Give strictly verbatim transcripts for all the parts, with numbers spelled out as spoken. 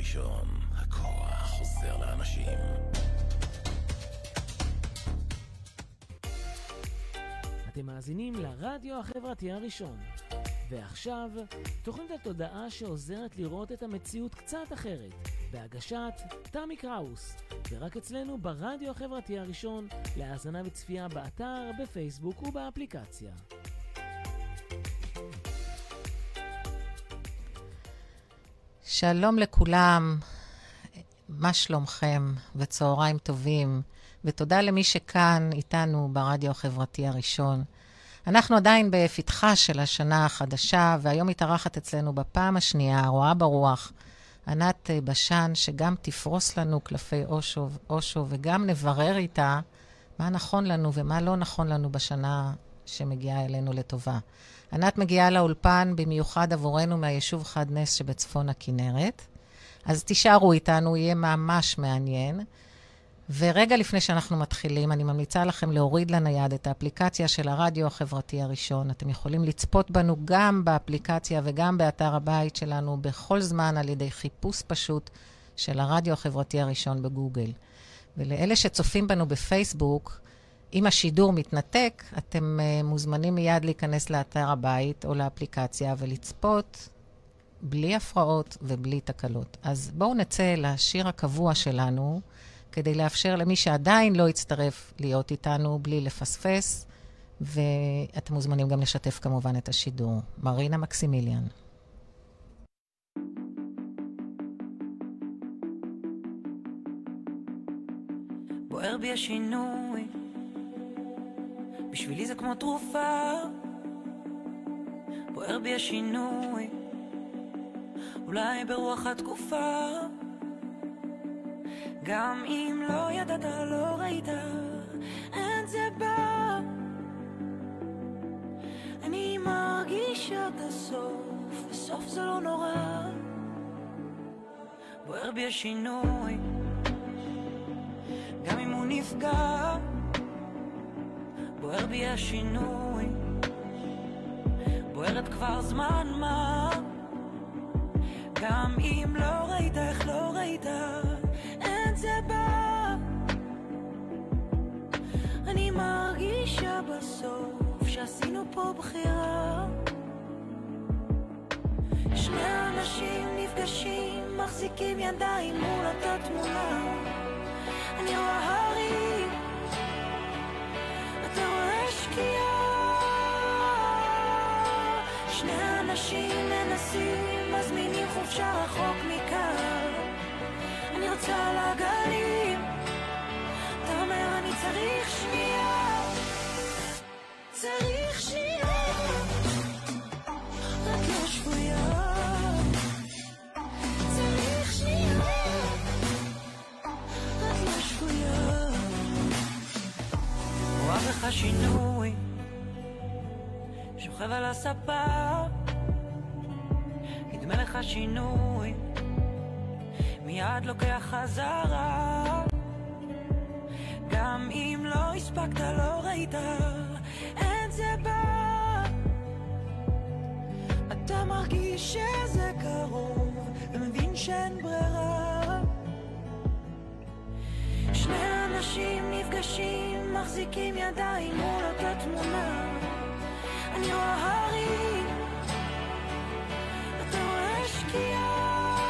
הראשון, הכוח חוזר לאנשים. אתם מאזינים לרדיו החברתי הראשון. ועכשיו, תוכנית התודעה שעוזרת לראות את המציאות קצת אחרת, בהגשת תמי קראוס, ורק אצלנו ברדיו החברתי הראשון, להאזנה וצפייה באתר, בפייסבוק ובאפליקציה. שלום לכולם, מה שלומכם וצהריים טובים, ותודה למי שכאן איתנו ברדיו החברתי הראשון. אנחנו עדיין בפתחה של השנה החדשה, והיום מתארחת אצלנו בפעם השנייה, רואה ברוח, ענת בשן, שגם תפרוס לנו קלפי אושו, אושו וגם נברר איתה מה נכון לנו ומה לא נכון לנו בשנה שמגיעה אלינו לטובה. ענת מגיעה לאולפן במיוחד עבורנו מהיישוב חד נס שבצפון הכנרת. אז תישארו איתנו, יהיה ממש מעניין. ורגע לפני שאנחנו מתחילים, אני ממליצה לכם להוריד לנייד את האפליקציה של הרדיו החברתי הראשון. אתם יכולים לצפות בנו גם באפליקציה וגם באתר הבית שלנו בכל זמן על ידי חיפוש פשוט של הרדיו החברתי הראשון בגוגל. ולאלה שצופים בנו בפייסבוק, אם השידור מתנתק, אתם uh, מוזמנים מיד להיכנס לאתר הבית או לאפליקציה ולצפות בלי הפרעות ובלי תקלות. אז בואו נצא לשיר הקבוע שלנו, כדי לאפשר למי שעדיין לא יצטרף להיות איתנו בלי לפספס, ואתם מוזמנים גם לשתף כמובן את השידור. מרינה מקסימיליאן. בוער בי השינוי, בשבילי זה כמו תרופה. בוער בי השינוי, אולי ברוח התקופה. גם אם לא ידעת, לא ראית, אין זה בא. אני מרגיש עד הסוף, בסוף זה לא נורא. בוער בי השינוי, גם אם הוא נפגע. בוער בי השינוי, בוערת כבר זמן מה. גם אם לא ראית, איך לא ראית, אין זה בא. אני מרגישה בסוף שעשינו פה בחירה. שני אנשים נפגשים, מחזיקים ידיים מול אותה תמונה. אני רואה הרים, אתה רואה שקיעה. שני אנשים מנסים, מזמינים חופשה רחוק מכאן. אני רוצה לגלים, אתה אומר אני צריך שנייה. צריך שנייה, רק לא שבויה. צריך שנייה, רק לא שבויה. רואה בך שינוי, שוכב על הספה. נדמה לך שינוי, מיד לוקח חזרה. גם אם לא הספקת, לא ראית, אין זה בא. אתה מרגיש שזה קרוב, ומבין שאין ברירה. שני אנשים נפגשים, מחזיקים ידיים מול אותה תמונה. אני רואה הרים, אתה רואה שקיעה.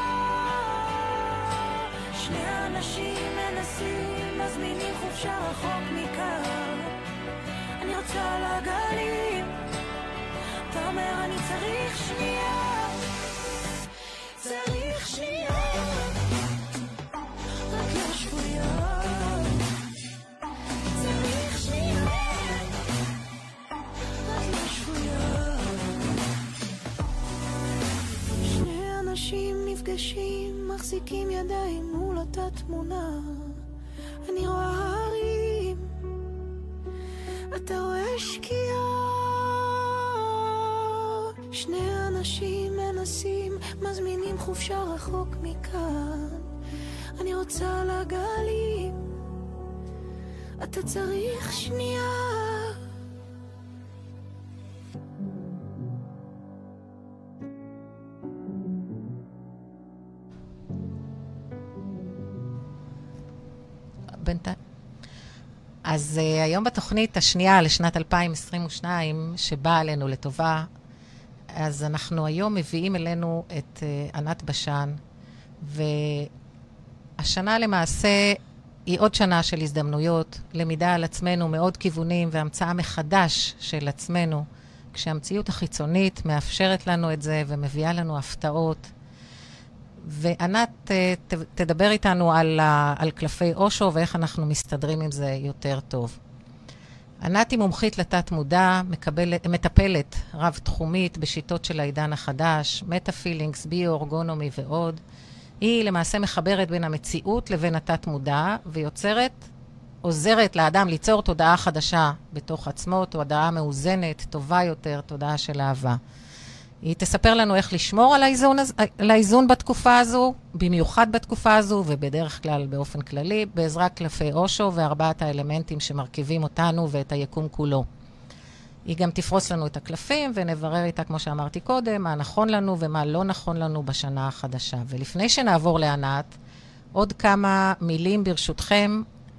שני אנשים מנסים, מזמינים חופשה רחוק מכאן. אני רוצה לגלים, אתה אומר אני צריך שנייה. צריך שנייה, רק לא שבויה. צריך שנייה, רק לא שבויה. שני אנשים נפגשים, מחזיקים ידיים מול אותה תמונה. אני רואה הרים, אתה רואה שקיעה. שני אנשים מנסים, מזמינים חופשה רחוק מכאן. אני רוצה לגלים, אתה צריך שנייה. בינתיים. אז uh, היום בתוכנית השנייה לשנת אלפיים עשרים ושתיים, שבאה עלינו לטובה, אז אנחנו היום מביאים אלינו את uh, ענת בשן, והשנה למעשה היא עוד שנה של הזדמנויות, למידה על עצמנו מעוד כיוונים והמצאה מחדש של עצמנו, כשהמציאות החיצונית מאפשרת לנו את זה ומביאה לנו הפתעות. וענת ת, תדבר איתנו על, על קלפי אושו ואיך אנחנו מסתדרים עם זה יותר טוב. ענת היא מומחית לתת מודע, מקבלת, מטפלת רב תחומית בשיטות של העידן החדש, מטה-פילינגס, ביו-אורגונומי ועוד. היא למעשה מחברת בין המציאות לבין התת מודע, ויוצרת, עוזרת לאדם ליצור תודעה חדשה בתוך עצמו, תודעה מאוזנת, טובה יותר, תודעה של אהבה. היא תספר לנו איך לשמור על האיזון, על האיזון בתקופה הזו, במיוחד בתקופה הזו, ובדרך כלל באופן כללי, בעזרת קלפי אושו וארבעת האלמנטים שמרכיבים אותנו ואת היקום כולו. היא גם תפרוס לנו את הקלפים ונברר איתה, כמו שאמרתי קודם, מה נכון לנו ומה לא נכון לנו בשנה החדשה. ולפני שנעבור לענת, עוד כמה מילים ברשותכם.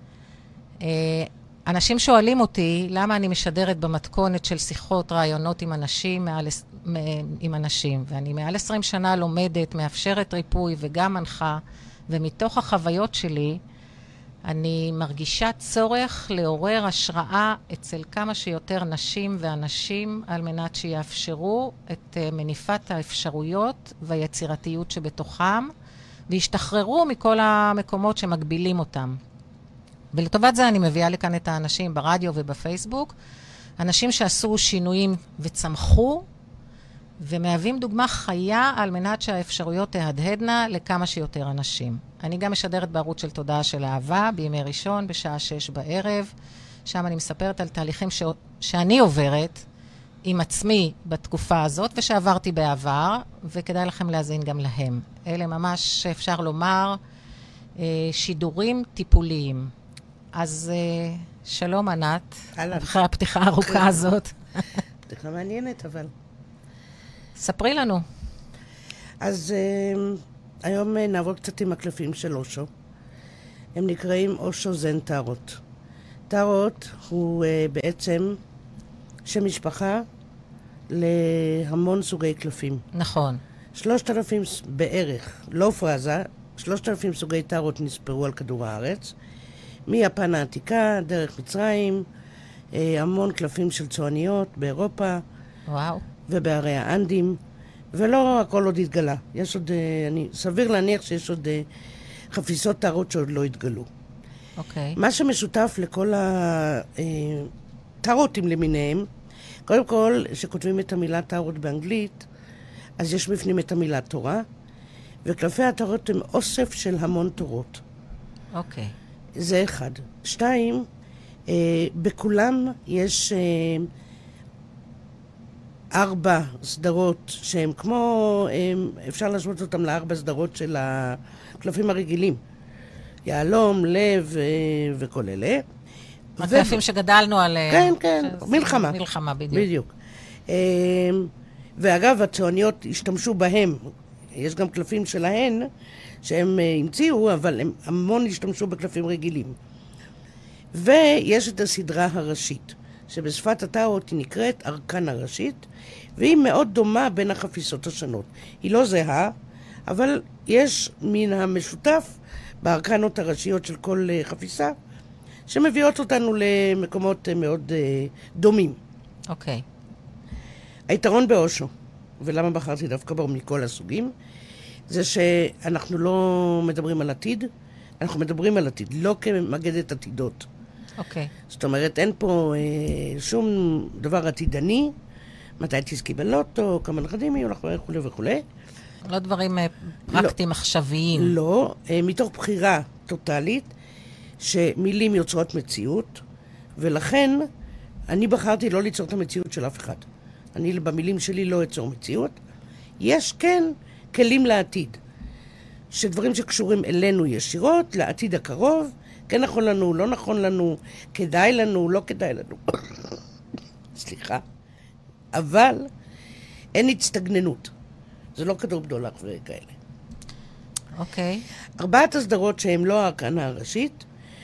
אנשים שואלים אותי למה אני משדרת במתכונת של שיחות, רעיונות עם אנשים, מעל, עם אנשים. ואני מעל עשרים שנה לומדת, מאפשרת ריפוי וגם מנחה, ומתוך החוויות שלי, אני מרגישה צורך לעורר השראה אצל כמה שיותר נשים ואנשים, על מנת שיאפשרו את מניפת האפשרויות והיצירתיות שבתוכם, וישתחררו מכל המקומות שמגבילים אותם. ולטובת זה אני מביאה לכאן את האנשים ברדיו ובפייסבוק, אנשים שעשו שינויים וצמחו, ומהווים דוגמה חיה על מנת שהאפשרויות תהדהדנה לכמה שיותר אנשים. אני גם משדרת בערוץ של תודעה של אהבה, בימי ראשון, בשעה שש בערב, שם אני מספרת על תהליכים ש... שאני עוברת עם עצמי בתקופה הזאת, ושעברתי בעבר, וכדאי לכם להזין גם להם. אלה ממש, אפשר לומר, שידורים טיפוליים. אז שלום ענת, אחרי הפתיחה הארוכה הזאת. פתיחה מעניינת, אבל... ספרי לנו. אז uh, היום uh, נעבוד קצת עם הקלפים של אושו. הם נקראים אושו זן טארוט. טארוט הוא uh, בעצם שם משפחה להמון סוגי קלפים. נכון. שלושת אלפים בערך, לא פרזה, שלושת אלפים סוגי טארוט נספרו על כדור הארץ. מיפן העתיקה, דרך מצרים, uh, המון קלפים של צועניות באירופה. וואו. ובערי האנדים, ולא הכל עוד התגלה. יש עוד, אני סביר להניח שיש עוד חפיסות טארוט שעוד לא התגלו. אוקיי. מה שמשותף לכל הטארוטים למיניהם, קודם כל, שכותבים את המילה טארוט באנגלית, אז יש בפנים את המילה תורה, וקלפי הטארוט הם אוסף של המון תורות. אוקיי. זה אחד. שתיים, בכולם יש... ארבע סדרות שהן כמו, אפשר להשוות אותן לארבע סדרות של הקלפים הרגילים. יעלום, לב וכל אלה. הקלפים שגדלנו עליהם. כן, כן, מלחמה. מלחמה, בדיוק. בדיוק. ואגב, הצועניות השתמשו בהם. יש גם קלפים שלהן שהם המציאו, אבל הם המון השתמשו בקלפים רגילים. ויש את הסדרה הראשית. שבשפת הטארוט היא נקראת ארכנה ראשית, והיא מאוד דומה בין החפיסות השונות. היא לא זהה, אבל יש מן המשותף בארכנות הראשיות של כל חפיסה, שמביאות אותנו למקומות מאוד דומים. אוקיי. היתרון באושו, ולמה בחרתי דווקא בו מכל הסוגים, זה שאנחנו לא מדברים על עתיד, אנחנו מדברים על עתיד, לא כמגדת עתידות. אוקיי. זאת אומרת, אין פה אה, שום דבר עתידני, מתי תזכי בלוטו, כמה נכדים יהיו לך וכו' וכו'. לא דברים אה, פרקטיים לא, עכשוויים. לא, אה, מתוך בחירה טוטלית, שמילים יוצרות מציאות, ולכן אני בחרתי לא ליצור את המציאות של אף אחד. אני במילים שלי לא אצור מציאות. יש כן כלים לעתיד, שדברים שקשורים אלינו ישירות, לעתיד הקרוב, כן נכון לנו, לא נכון לנו, כדאי לנו, לא כדאי לנו. סליחה. אבל אין הצטגננות. זה לא כדור בדולח וכאלה. אוקיי. ארבעת הסדרות שהן לא הארכנה הראשית,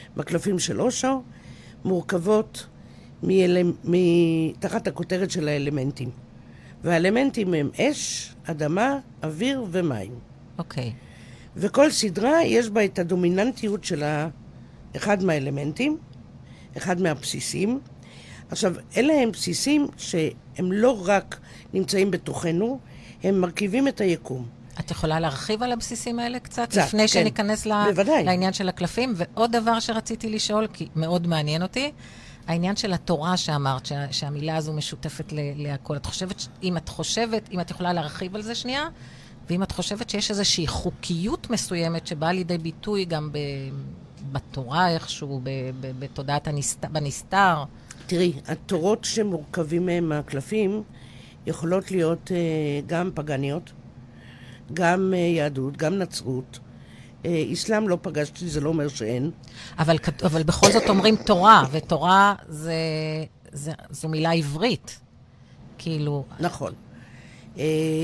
בקלפים של אושו, מורכבות מאל... מתחת הכותרת של האלמנטים. והאלמנטים הם אש, אדמה, אוויר ומים. אוקיי. וכל סדרה יש בה את הדומיננטיות של אחד מהאלמנטים, אחד מהבסיסים. עכשיו, אלה הם בסיסים שהם לא רק נמצאים בתוכנו, הם מרכיבים את היקום. את יכולה להרחיב על הבסיסים האלה קצת? קצת, לפני כן. שניכנס ל... בוודאי. לעניין של הקלפים. ועוד דבר שרציתי לשאול, כי מאוד מעניין אותי, העניין של התורה שאמרת, שה, שהמילה הזו משותפת ל, להכל. את חושבת, אם את חושבת, אם את יכולה להרחיב על זה שנייה, ואם את חושבת שיש איזושהי חוקיות מסוימת שבאה לידי ביטוי גם ב, בתורה איכשהו, ב, ב, בתודעת הנסת, בנסתר. תראי, התורות שמורכבים מהם מהקלפים יכולות להיות uh, גם פגניות, גם uh, יהדות, גם נצרות. Uh, איסלאם לא פגשתי, זה לא אומר שאין. אבל, אבל בכל זאת אומרים תורה, ותורה זה, זה, זו מילה עברית. כאילו... נכון. Uh,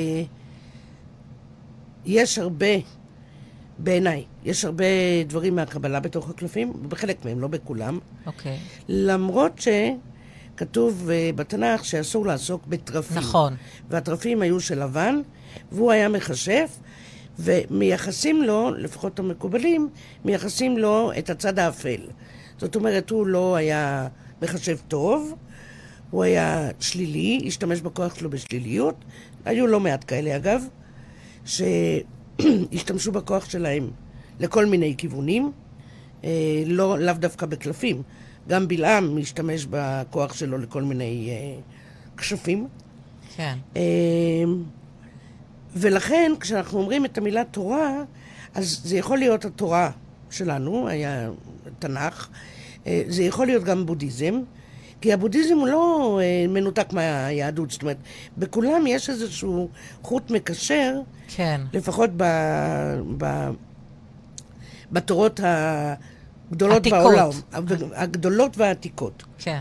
יש הרבה, בעיניי, יש הרבה דברים מהקבלה בתוך הקלפים, בחלק מהם, לא בכולם. אוקיי. למרות שכתוב uh, בתנ"ך שאסור לעסוק בטרפים. נכון. והטרפים היו של לבן, והוא היה מחשף, ומייחסים לו, לפחות המקובלים, מייחסים לו את הצד האפל. זאת אומרת, הוא לא היה מחשב טוב, הוא היה שלילי, השתמש בכוח שלו בשליליות. היו לא מעט כאלה, אגב, שהשתמשו בכוח שלהם לכל מיני כיוונים, לא, לאו דווקא בקלפים. גם בלעם משתמש בכוח שלו לכל מיני כשפים. כן. ולכן, כשאנחנו אומרים את המילה תורה, אז זה יכול להיות התורה שלנו, היה תנ"ך, זה יכול להיות גם בודהיזם, כי הבודהיזם הוא לא מנותק מהיהדות, זאת אומרת, בכולם יש איזשהו חוט מקשר, כן. לפחות ב, ב, בתורות הגדולות עתיקות. בעולם, הגדולות והעתיקות. כן.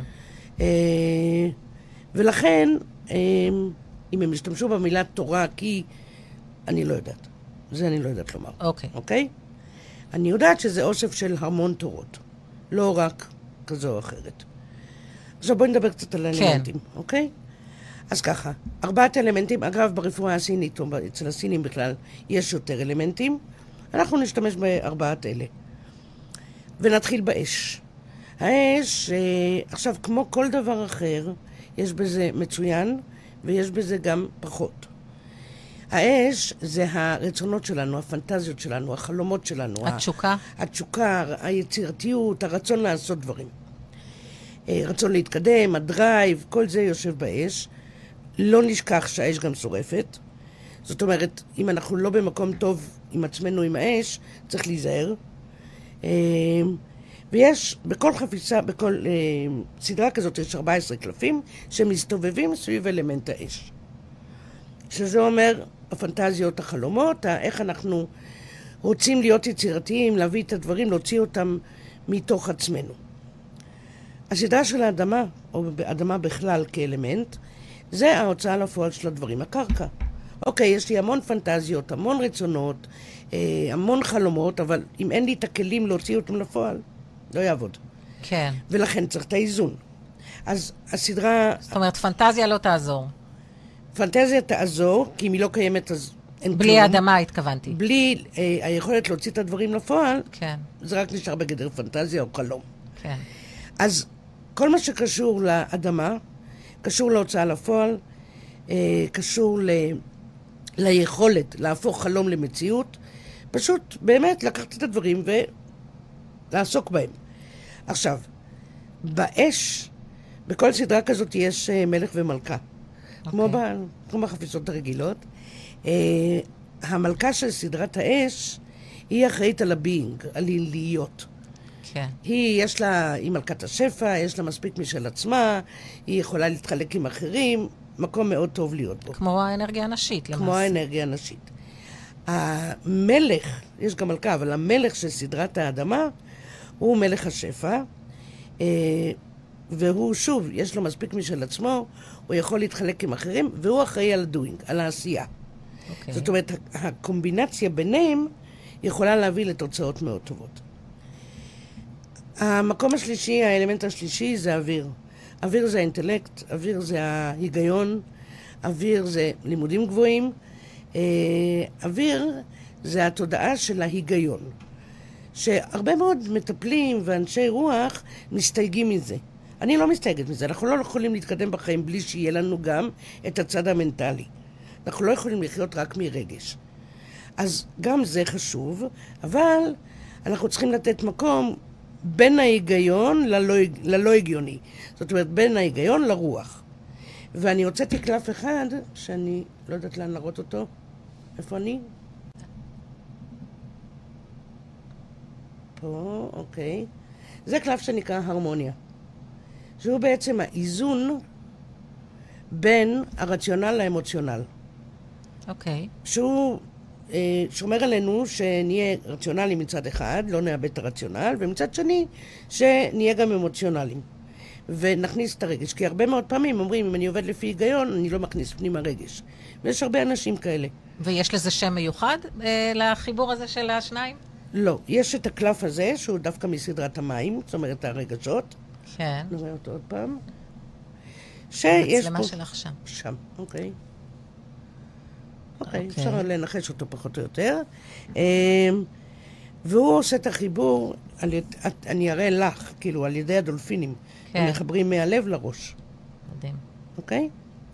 ולכן, אם הם השתמשו במילה תורה, כי אני לא יודעת. זה אני לא יודעת לומר. אוקיי. אוקיי? אני יודעת שזה אוסף של המון תורות. לא רק כזו או אחרת. עכשיו בואי נדבר קצת על האלמנטים, כן. אוקיי? אז ככה, ארבעת אלמנטים, אגב, ברפואה הסינית, או אצל הסינים בכלל, יש יותר אלמנטים. אנחנו נשתמש בארבעת אלה. ונתחיל באש. האש, אה, עכשיו, כמו כל דבר אחר, יש בזה מצוין, ויש בזה גם פחות. האש זה הרצונות שלנו, הפנטזיות שלנו, החלומות שלנו. התשוקה. התשוקה, היצירתיות, הרצון לעשות דברים. רצון להתקדם, הדרייב, כל זה יושב באש. לא נשכח שהאש גם שורפת. זאת אומרת, אם אנחנו לא במקום טוב עם עצמנו עם האש, צריך להיזהר. ויש, בכל חפיסה, בכל סדרה כזאת יש ארבעה עשר קלפים שמסתובבים סביב אלמנט האש. שזה אומר הפנטזיות, החלומות, איך אנחנו רוצים להיות יצירתיים, להביא את הדברים, להוציא אותם מתוך עצמנו. הסדרה של האדמה, או האדמה בכלל כאלמנט, זה ההוצאה לפועל של הדברים, הקרקע. אוקיי, יש לי המון פנטזיות, המון רצונות, המון חלומות, אבל אם אין לי את הכלים להוציא אותם לפועל, לא יעבוד. כן. ולכן צריך את האיזון. אז הסדרה... זאת אומרת, פנטזיה לא תעזור. פנטזיה תעזור, כי אם היא לא קיימת, אז אין כלום. בלי אדמה התכוונתי. בלי אה, היכולת להוציא את הדברים לפועל, כן. זה רק נשאר בגדר פנטזיה או חלום. כן. אז כל מה שקשור לאדמה, קשור להוצאה לפועל, אה, קשור ל... ליכולת להפוך חלום למציאות, פשוט באמת לקחת את הדברים ולעסוק בהם. עכשיו, באש, בכל סדרה כזאת יש אה, מלך ומלכה. Okay. כמו, ב, כמו בחפיסות הרגילות. Uh, המלכה של סדרת האש, היא אחראית על הביינג, על להיות. כן. היא, יש לה, היא מלכת השפע, יש לה מספיק משל עצמה, היא יכולה להתחלק עם אחרים, מקום מאוד טוב להיות בו. כמו האנרגיה הנשית, למעשה. כמו האנרגיה הנשית. המלך, יש גם מלכה, אבל המלך של סדרת האדמה, הוא מלך השפע, uh, והוא, שוב, יש לו מספיק משל עצמו, הוא יכול להתחלק עם אחרים, והוא אחראי על הדוינג, על העשייה. Okay. זאת אומרת, הקומבינציה ביניהם יכולה להביא לתוצאות מאוד טובות. המקום השלישי, האלמנט השלישי זה אוויר. אוויר זה האינטלקט, אוויר זה ההיגיון, אוויר זה לימודים גבוהים, אוויר זה התודעה של ההיגיון. שהרבה מאוד מטפלים ואנשי רוח מסתייגים מזה. אני לא מסתייגת מזה, אנחנו לא יכולים להתקדם בחיים בלי שיהיה לנו גם את הצד המנטלי. אנחנו לא יכולים לחיות רק מרגש. אז גם זה חשוב, אבל אנחנו צריכים לתת מקום בין ההיגיון ללא, ללא הגיוני. זאת אומרת, בין ההיגיון לרוח. ואני הוצאתי קלף אחד, שאני לא יודעת לאן להראות אותו. איפה אני? פה, אוקיי. זה קלף שנקרא הרמוניה. שהוא בעצם האיזון בין הרציונל לאמוציונל. אוקיי. שהוא אה, שומר עלינו שנהיה רציונליים מצד אחד, לא נאבד את הרציונל, ומצד שני שנהיה גם אמוציונליים. ונכניס את הרגש. כי הרבה מאוד פעמים אומרים, אם אני עובד לפי היגיון, אני לא מכניס פנימה רגש. ויש הרבה אנשים כאלה. ויש לזה שם מיוחד אה, לחיבור הזה של השניים? לא. יש את הקלף הזה, שהוא דווקא מסדרת המים, זאת אומרת הרגשות. כן. נראה אותו עוד פעם. שיש המצלמה פה... שלך שם. שם, אוקיי. אוקיי, אוקיי. אפשר לנחש אותו פחות או יותר. והוא עושה את החיבור, על יד... אני אראה לך, כאילו, על ידי הדולפינים. כן. הם מחברים מהלב לראש. מדהים. אוקיי?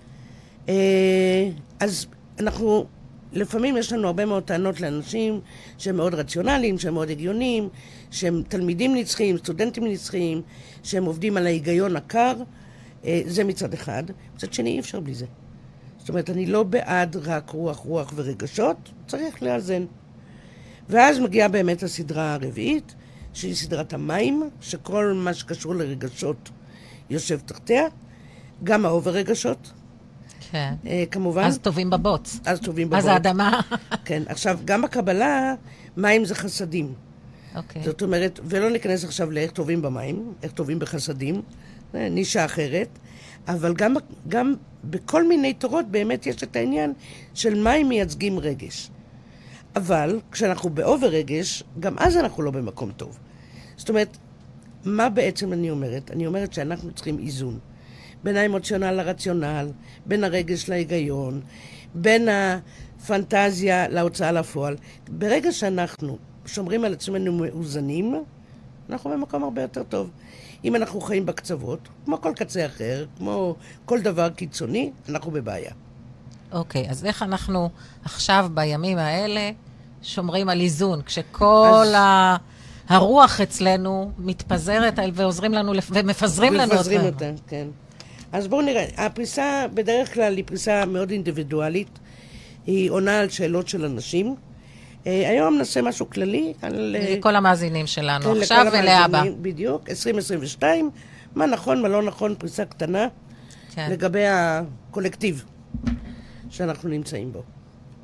אז אנחנו, לפעמים יש לנו הרבה מאוד טענות לאנשים שהם מאוד רציונליים, שהם מאוד הגיוניים, שהם תלמידים נצחיים, סטודנטים נצחיים, שהם עובדים על ההיגיון הקר. זה מצד אחד. מצד שני, אי אפשר בלי זה. זאת אומרת, אני לא בעד רק רוח, רוח ורגשות, צריך לאזן. ואז מגיעה באמת הסדרה הרביעית, שהיא סדרת המים, שכל מה שקשור לרגשות יושב תחתיה, גם האובר רגשות. כן. אה, כמובן. אז טובים בבוץ. אז טובים בבוץ. אז האדמה. כן, עכשיו, גם בקבלה, מים זה חסדים. אוקיי. זאת אומרת, ולא ניכנס עכשיו לאיך טובים במים, איך טובים בחסדים, זה נישה אחרת, אבל גם, גם בכל מיני תורות באמת יש את העניין של מים מייצגים רגש. אבל כשאנחנו באובר רגש, גם אז אנחנו לא במקום טוב. זאת אומרת, מה בעצם אני אומרת? אני אומרת שאנחנו צריכים איזון. בין האמוציונל לרציונל, בין הרגש להיגיון, בין הפנטזיה להוצאה לפועל. ברגע שאנחנו שומרים על עצמנו מאוזנים, אנחנו במקום הרבה יותר טוב. אם אנחנו חיים בקצוות, כמו כל קצה אחר, כמו כל דבר קיצוני, אנחנו בבעיה. אוקיי, אז איך אנחנו עכשיו בימים האלה שומרים על איזון, כשכל אז... ה... הרוח אצלנו מתפזרת ועוזרים לנו, לפ... ומפזרים לנו אותה. ומפזרים אותה, כן. אז בואו נראה, הפריסה בדרך כלל היא פריסה מאוד אינדיבידואלית, היא עונה על שאלות של אנשים. היום נעשה משהו כללי על... לכל המאזינים שלנו, כן, עכשיו ולאבא. בדיוק, עשרים עשרים ושתיים, מה נכון, מה לא נכון, פריסה קטנה, כן. לגבי הקולקטיב שאנחנו נמצאים בו.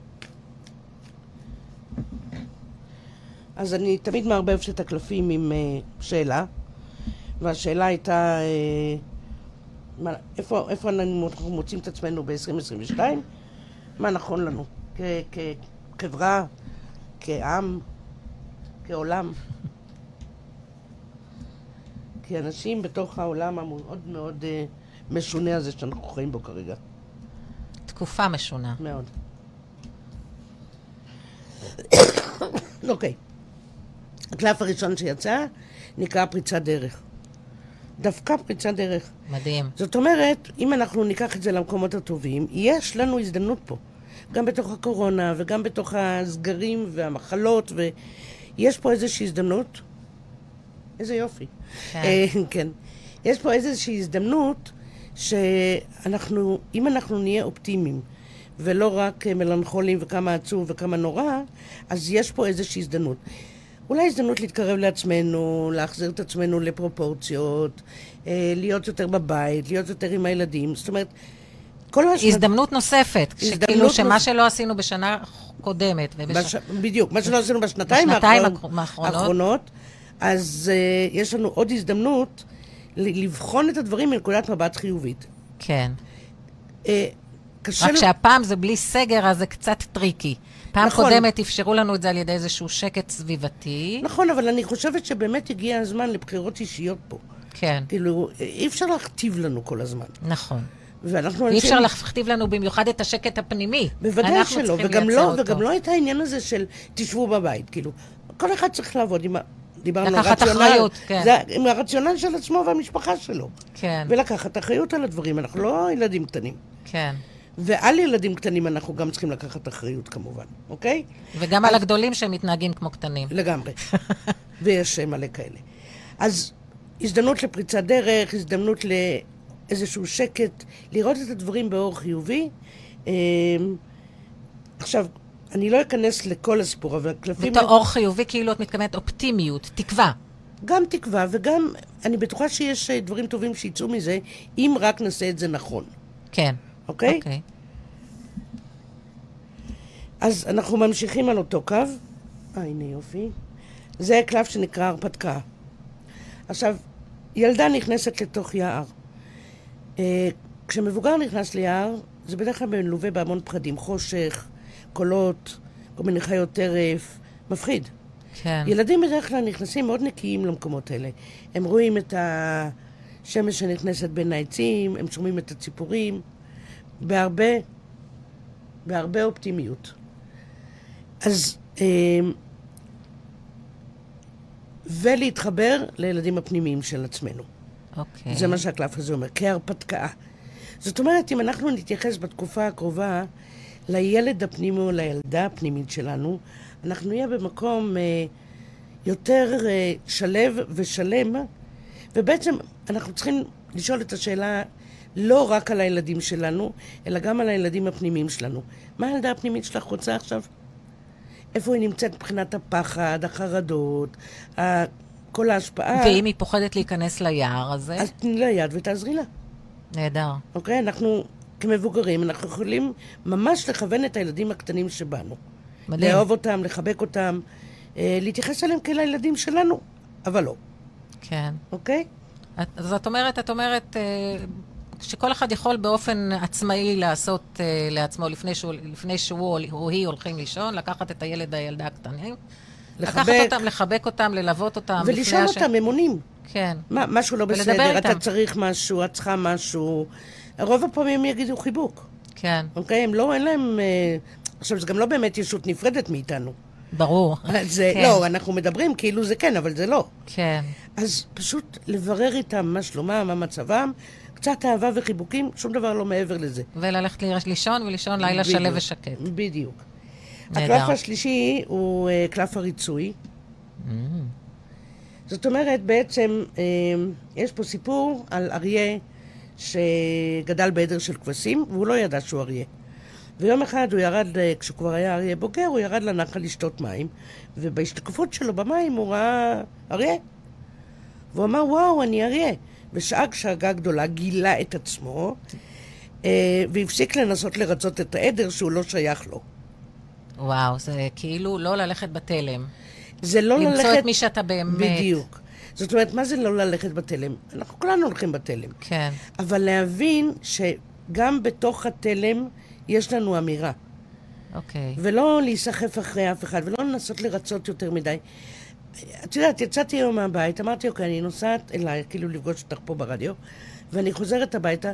אז אני תמיד מערבבת את הקלפים עם uh, שאלה, והשאלה הייתה, uh, מה, איפה, איפה אנחנו מוצאים את עצמנו ב-עשרים עשרים ושתיים? מה נכון לנו כ- כחברה, כעם, כעולם, כאנשים בתוך העולם המאוד מאוד uh, משונה הזה שאנחנו חיים בו כרגע. תקופה משונה. מאוד. אוקיי. הקלף הראשון שיצא נקרא פריצת דרך. דווקא פריצת דרך. מדהים. זאת אומרת, אם אנחנו ניקח את זה למקומות הטובים, יש לנו הזדמנות פה. גם בתוך הקורונה וגם בתוך הסגרים והמחלות, ויש פה איזושהי הזדמנות. איזה יופי. כן. אה, כן. יש פה איזושהי הזדמנות שאנחנו, אם אנחנו נהיה אופטימיים, ולא רק מלנכולים וכמה עצוב וכמה נורא, אז יש פה איזושהי הזדמנות. אולי הזדמנות להתקרב לעצמנו, להחזיר את עצמנו לפרופורציות, להיות יותר בבית, להיות יותר עם הילדים. זאת אומרת, כל השנת... הזדמנות נוספת, הזדמנות שכאילו שמה נוס... שלא עשינו בשנה קודמת. ובש... בש... בדיוק, מה שלא עשינו בשנתיים, בשנתיים האחרון... האחרונות. האחרונות, אז uh, יש לנו עוד הזדמנות לבחון את הדברים מנקודת מבט חיובית. כן. Uh, קשה... רק שהפעם זה בלי סגר, אז זה קצת טריקי. פעם נכון. קודמת אפשרו לנו את זה על ידי איזשהו שקט סביבתי. נכון, אבל אני חושבת שבאמת הגיע הזמן לבחירות אישיות פה. כן. כאילו, אי אפשר להכתיב לנו כל הזמן. נכון. ואנחנו... אי אפשר להכתיב לנו במיוחד את השקט הפנימי. בוודאי שלא, וגם לא, אותו. וגם לא את העניין הזה של תשבו בבית, כאילו. כל אחד צריך לעבוד עם ה... דיברנו לקחת הרציונל, אחריות, כן. זה עם הרציונל של עצמו והמשפחה שלו. כן. ולקחת אחריות על הדברים, אנחנו לא ילדים קטנים. כן. ועל ילדים קטנים אנחנו גם צריכים לקחת אחריות כמובן, אוקיי? וגם על הגדולים שהם מתנהגים כמו קטנים. לגמרי. ויש מלא כאלה. אז הזדמנות לפריצת דרך, הזדמנות לאיזשהו שקט, לראות את הדברים באור חיובי. עכשיו, אני לא אכנס לכל הסיפור, אבל הקלפים... בתור אור חיובי, כאילו את מתכוונת אופטימיות, תקווה. גם תקווה, וגם אני בטוחה שיש דברים טובים שיצאו מזה, אם רק נעשה את זה נכון. כן. אוקיי? אוקיי. אז אנחנו ממשיכים על אותו קו. אה, הנה יופי. זה קלף שנקרא הרפתקה. עכשיו, ילדה נכנסת לתוך יער. אה, כשמבוגר נכנס ליער, זה בדרך כלל מלווה בהמון פחדים. חושך, קולות, כל מיני חיות טרף, מפחיד. כן. ילדים בדרך כלל נכנסים מאוד נקיים למקומות האלה. הם רואים את השמש שנכנסת בין העצים, הם שומעים את הציפורים, בהרבה, בהרבה אופטימיות. אז, ולהתחבר לילדים הפנימיים של עצמנו. אוקיי. זה מה שהקלף הזה אומר, כהרפתקה. זאת אומרת, אם אנחנו נתייחס בתקופה הקרובה לילד הפנימי או לילדה הפנימית שלנו, אנחנו נהיה במקום אה, יותר אה, שלב ושלם, ובעצם אנחנו צריכים לשאול את השאלה לא רק על הילדים שלנו, אלא גם על הילדים הפנימיים שלנו. מה הילדה הפנימית שלך רוצה עכשיו? איפה היא נמצאת מבחינת הפחד, החרדות, כל ההשפעה? ואם היא פוחדת להיכנס ליער הזה? אז תני לה יד ותעזרי לה. נהדר. אוקיי? אנחנו כמבוגרים, אנחנו יכולים ממש לכוון את הילדים הקטנים שבנו. מדהים. לאהוב אותם, לחבק אותם, אה, להתייחס אליהם כאל הילדים שלנו, אבל לא. כן. אוקיי? את, אז את אומרת, את אומרת, אה, שכל אחד יכול באופן עצמאי לעשות אה, לעצמו, לפני שהוא, לפני שהוא או היא הולכים לישון, לקחת את הילד, הילדה הקטנים, לחבק. לקחת אותם, לחבק אותם, ללוות אותם. ולשאול לפני אותם, אמונים. כן. מה, משהו לא ולדבר בסדר, איתם. אתה צריך משהו, את צריכה משהו. רוב הפעמים הם יגידו חיבוק. כן. אוקיי? הם לא, אין להם... אה, עכשיו, זה גם לא באמת ישות נפרדת מאיתנו. ברור. זה, כן. לא, אנחנו מדברים כאילו זה כן, אבל זה לא. כן. אז פשוט לברר איתם מה שלומם, מה מצבם, קצת אהבה וחיבוקים, שום דבר לא מעבר לזה. וללכת לישון ולישון לילה בדיוק. שלו ושקט. בדיוק. נהדר. הקלף השלישי הוא uh, קלף הריצוי. Mm. זאת אומרת, בעצם uh, יש פה סיפור על אריה שגדל בעדר של כבשים, והוא לא ידע שהוא אריה. ויום אחד הוא ירד, כשהוא כבר היה אריה בוגר, הוא ירד לנחל לשתות מים, ובהשתקפות שלו במים הוא ראה אריה. והוא אמר, וואו, אני אריה. ושאג שאגה גדולה, גילה את עצמו, אה, והפסיק לנסות לרצות את העדר שהוא לא שייך לו. וואו, זה כאילו לא ללכת בתלם. זה לא למצוא ללכת... למצוא את מי שאתה באמת. בדיוק. זאת אומרת, מה זה לא ללכת בתלם? אנחנו כולנו הולכים בתלם. כן. אבל להבין שגם בתוך התלם יש לנו אמירה. אוקיי. ולא להיסחף אחרי אף אחד, ולא לנסות לרצות יותר מדי. את יודעת, יצאתי היום מהבית, אמרתי, אוקיי, אני נוסעת אליי, כאילו לפגוש אותך פה ברדיו, ואני חוזרת הביתה,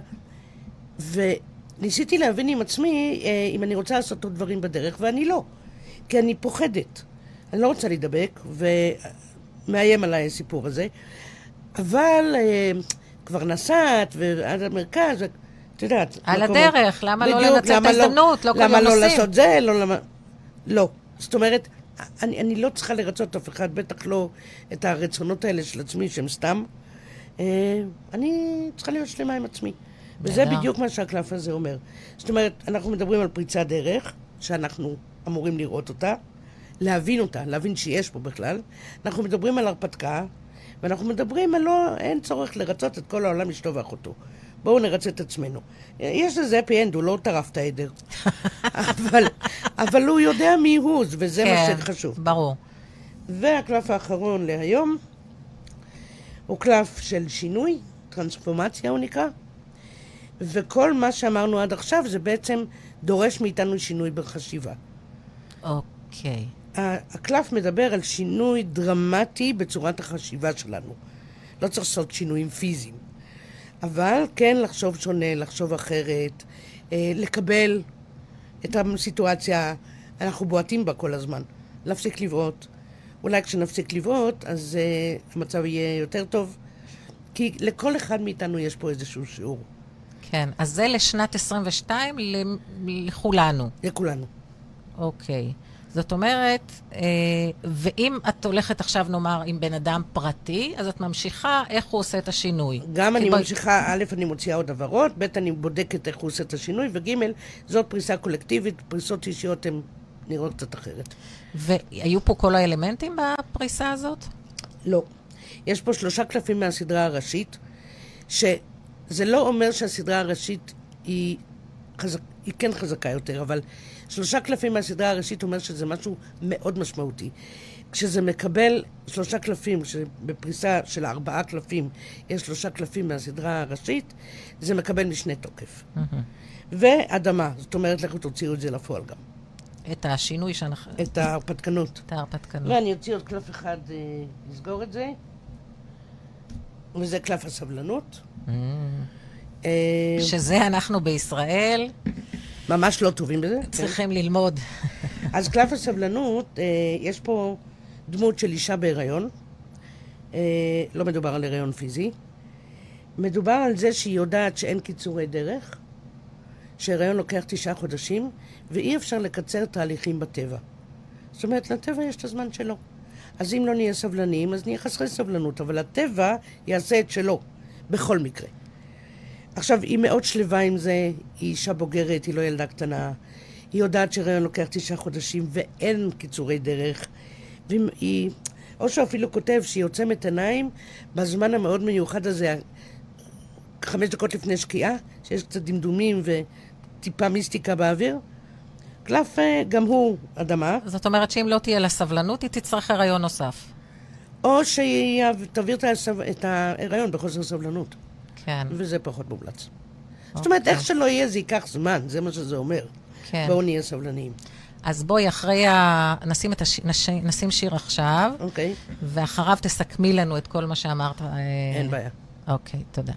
וניסיתי להבין עם עצמי אה, אם אני רוצה לעשות עוד דברים בדרך, ואני לא. כי אני פוחדת. אני לא רוצה להידבק, ומאיים עליי הסיפור הזה. אבל אה, כבר נסעת, ועד המרכז, את יודעת. על מקומות, הדרך, למה בדיוק, לא לנצל את ההזדמנות? לא כל יום למה לא נוסעים. לעשות זה? לא, למה... לא. זאת אומרת, אני, אני לא צריכה לרצות אף אחד, בטח לא את הרצונות האלה של עצמי שהם סתם. אה, אני צריכה להיות שלמה עם עצמי. וזה בדיוק מה שהקלף הזה אומר. זאת אומרת, אנחנו מדברים על פריצת דרך, שאנחנו אמורים לראות אותה, להבין אותה, להבין שיש פה בכלל. אנחנו מדברים על הרפתקה, ואנחנו מדברים על לא, אין צורך לרצות את כל העולם אשתו ואחותו. בואו נרצה את עצמנו. יש לזה אפי אנד, הוא לא טרף את העדר. אבל, אבל הוא יודע מי הוא, וזה כן, מה שחשוב. ברור. והקלף האחרון להיום, הוא קלף של שינוי, טרנספורמציה הוא נקרא, וכל מה שאמרנו עד עכשיו זה בעצם דורש מאיתנו שינוי בחשיבה. אוקיי. הקלף מדבר על שינוי דרמטי בצורת החשיבה שלנו. לא צריך לעשות שינויים פיזיים. אבל כן לחשוב שונה, לחשוב אחרת, לקבל את הסיטואציה, אנחנו בועטים בה כל הזמן. להפסיק לבעוט. אולי כשנפסיק לבעוט, אז uh, המצב יהיה יותר טוב. כי לכל אחד מאיתנו יש פה איזשהו שיעור. כן, אז זה לשנת עשרים ושתיים לכולנו. לכולנו. אוקיי. זאת אומרת, אה, ואם את הולכת עכשיו, נאמר, עם בן אדם פרטי, אז את ממשיכה איך הוא עושה את השינוי. גם אני בוא... ממשיכה, א', אני מוציאה עוד עברות, ב', אני בודקת איך הוא עושה את השינוי, וג', זאת פריסה קולקטיבית, פריסות אישיות הן נראות קצת אחרת. והיו פה כל האלמנטים בפריסה הזאת? לא. יש פה שלושה קלפים מהסדרה הראשית, שזה לא אומר שהסדרה הראשית היא, חזק, היא כן חזקה יותר, אבל שלושה קלפים מהסדרה הראשית אומר שזה משהו מאוד משמעותי. כשזה מקבל שלושה קלפים, שבפריסה של ארבעה קלפים יש שלושה קלפים מהסדרה הראשית, זה מקבל משנה תוקף. Mm-hmm. ואדמה, זאת אומרת, לכו תוציאו את זה לפועל גם. את השינוי שאנחנו... את ההרפתקנות. את ההרפתקנות. ואני אוציא עוד קלף אחד אה, לסגור את זה. וזה קלף הסבלנות. Mm. אה, שזה אנחנו בישראל... ממש לא טובים בזה. צריכים כן. ללמוד. אז קלף הסבלנות, אה, יש פה דמות של אישה בהיריון. אה, לא מדובר על הריון פיזי. מדובר על זה שהיא יודעת שאין קיצורי דרך, שהריון לוקח תשעה חודשים, ואי אפשר לקצר תהליכים בטבע. זאת אומרת, לטבע יש את הזמן שלו. אז אם לא נהיה סבלניים, אז נהיה חסרי סבלנות, אבל הטבע יעשה את שלו, בכל מקרה. עכשיו, היא מאוד שלווה עם זה, היא אישה בוגרת, היא לא ילדה קטנה, היא יודעת שהריון לוקח תשעה חודשים ואין קיצורי דרך, והיא, או שאפילו כותב שהיא עוצמת עיניים בזמן המאוד מיוחד הזה, חמש דקות לפני שקיעה, שיש קצת דמדומים וטיפה מיסטיקה באוויר. קלף גם הוא אדמה. זאת אומרת שאם לא תהיה לה סבלנות, היא תצטרך הריון נוסף. או שהיא תעביר את ההריון בחוסר סבלנות. כן. וזה פחות מומלץ. זאת אומרת, איך שלא יהיה, זה ייקח זמן, זה מה שזה אומר. כן. בואו נהיה סבלניים. אז בואי, אחרי ה... נשים, את הש... נש... נשים שיר עכשיו. אוקיי. ואחריו תסכמי לנו את כל מה שאמרת. אין בעיה. אוקיי, תודה.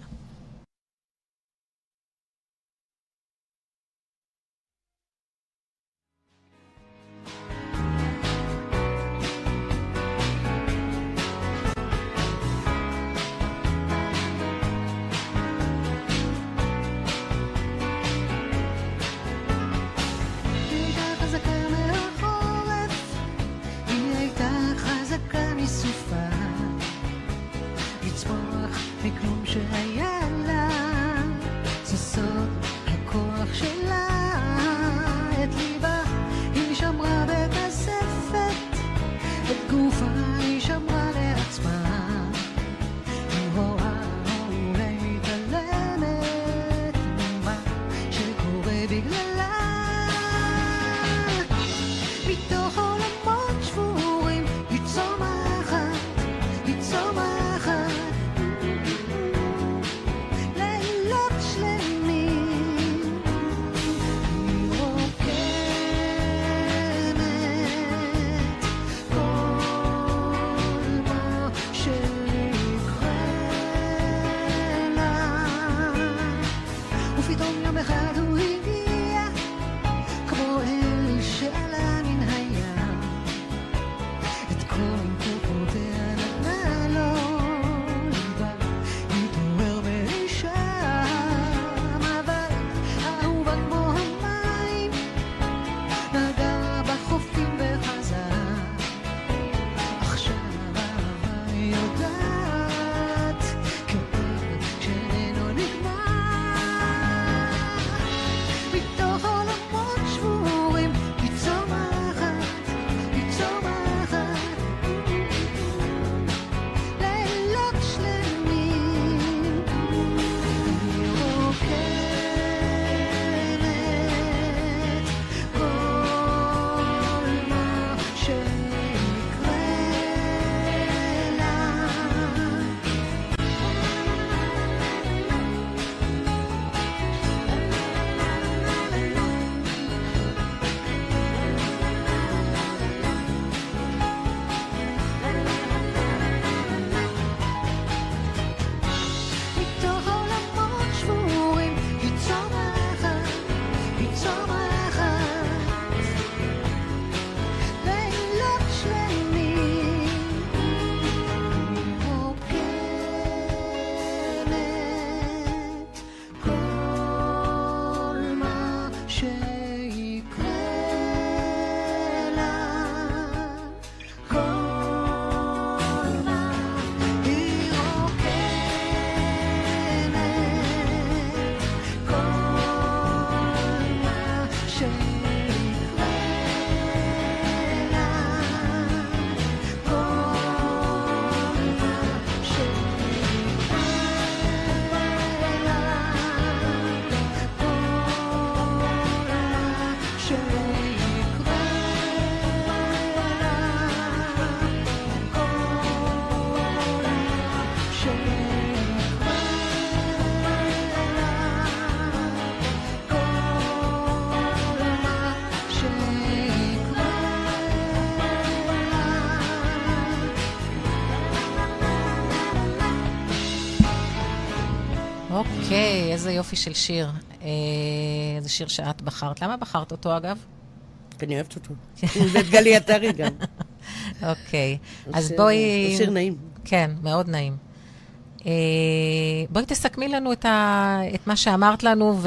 אוקיי, איזה יופי של שיר. אה, זה שיר שאת בחרת. למה בחרת אותו, אגב? כי אני אוהבת אותו. ואת גלי עטרי גם. אוקיי, אז שיר- בואי... הוא שיר נעים. כן, מאוד נעים. אה, בואי תסכמי לנו את, ה... את מה שאמרת לנו,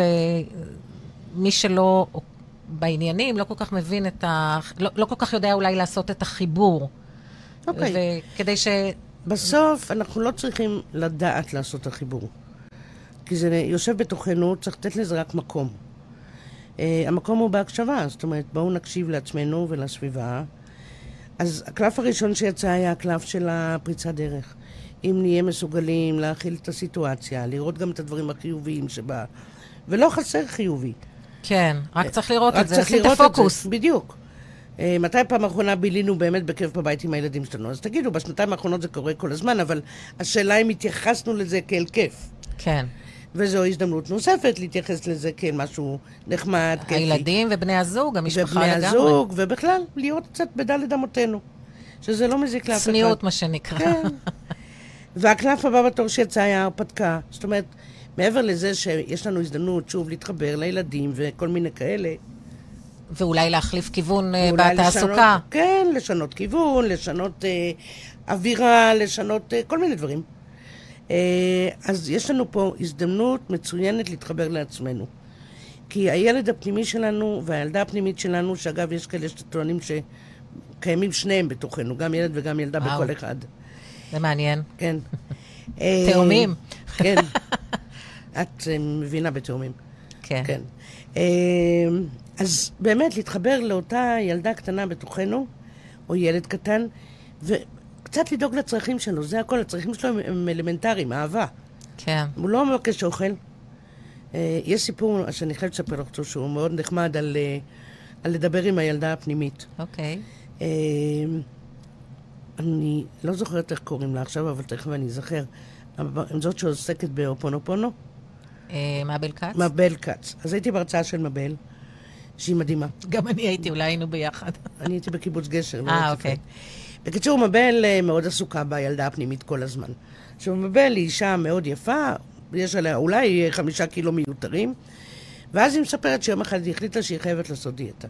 ומי שלא בעניינים לא כל כך מבין את ה... לא, לא כל כך יודע אולי לעשות את החיבור. אוקיי. וכדי ש... בסוף אנחנו לא צריכים לדעת לעשות את החיבור. כי זה יושב בתוכנו, צריך לתת לזה רק מקום. Uh, המקום הוא בהקשבה, זאת אומרת, בואו נקשיב לעצמנו ולסביבה. אז הקלף הראשון שיצא היה הקלף של הפריצת דרך. אם נהיה מסוגלים להכיל את הסיטואציה, לראות גם את הדברים החיוביים שבה, ולא חסר חיובי. כן, רק צריך לראות רק את זה, צריך לשים את לראות הפוקוס. זה, בדיוק. Uh, מתי פעם האחרונה בילינו באמת בכיף בבית עם הילדים שלנו? אז תגידו, בשנתיים האחרונות זה קורה כל הזמן, אבל השאלה אם התייחסנו לזה כאל כיף. כן. וזו הזדמנות נוספת להתייחס לזה כאל משהו נחמד, כיפי. הילדים ובני הזוג, המשפחה ובני לגמרי. הזוג, ובכלל, להיות קצת בדלת אמותינו. שזה לא מזיק לאף אחד. צניעות, מה שנקרא. כן. והקלף הבא בתור שיצא היה הרפתקה. זאת אומרת, מעבר לזה שיש לנו הזדמנות שוב להתחבר לילדים וכל מיני כאלה. ואולי להחליף כיוון אה, ואולי בתעסוקה. לשנות, כן, לשנות כיוון, לשנות אה, אווירה, לשנות אה, כל מיני דברים. אה, אז יש לנו פה הזדמנות מצוינת להתחבר לעצמנו. כי הילד הפנימי שלנו והילדה הפנימית שלנו, שאגב יש כאלה שטוענים שקיימים שניהם בתוכנו, גם ילד וגם ילדה וואו. בכל אחד. זה מעניין. כן. תאומים. כן. את אה, מבינה בתאומים. כן. כן. אה, אז באמת להתחבר לאותה ילדה קטנה בתוכנו, או ילד קטן, וקצת לדאוג לצרכים שלו. זה הכל, הצרכים שלו הם אלמנטריים, אהבה. כן. הוא לא מבקש אוכל. אה, יש סיפור שאני חייבת לספר אותו שהוא מאוד נחמד על, אה, על לדבר עם הילדה הפנימית. אוקיי. אה, אני לא זוכרת איך קוראים לה עכשיו, אבל תכף אני אזכר. זאת שעוסקת באופונופונו. אה, מאבל כץ? מבל כץ. אז הייתי בהרצאה של מבל, שהיא מדהימה. גם אני הייתי, אולי היינו ביחד. אני הייתי בקיבוץ גשר. לא אה, רציתי. אוקיי. בקיצור, מבל אה, מאוד עסוקה בילדה הפנימית כל הזמן. עכשיו, מבל היא אישה מאוד יפה, יש עליה אולי חמישה קילו מיותרים, ואז היא מספרת שיום אחד היא החליטה שהיא חייבת לעשות דיאטה.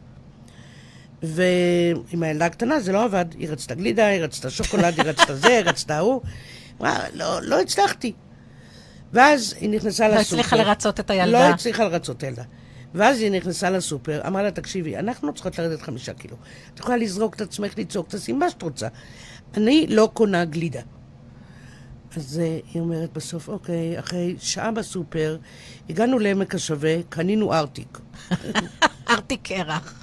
ועם הילדה הקטנה זה לא עבד. היא רצתה גלידה, היא רצתה שוקולד, היא רצתה זה, היא רצתה הוא. אמרה, לא, לא הצלחתי. ואז היא נכנסה לסופר. לא הצליחה לרצות את הילדה. לא הצליחה לרצות את הילדה. ואז היא נכנסה לסופר, אמרה לה, תקשיבי, אנחנו צריכות לרדת חמישה קילו. את יכולה לזרוק את עצמך, לצעוק, תשים מה שאת רוצה. אני לא קונה גלידה. אז uh, היא אומרת בסוף, אוקיי, אחרי שעה בסופר, הגענו לעמק השווה, קנינו ארטיק. ארטיק קרח.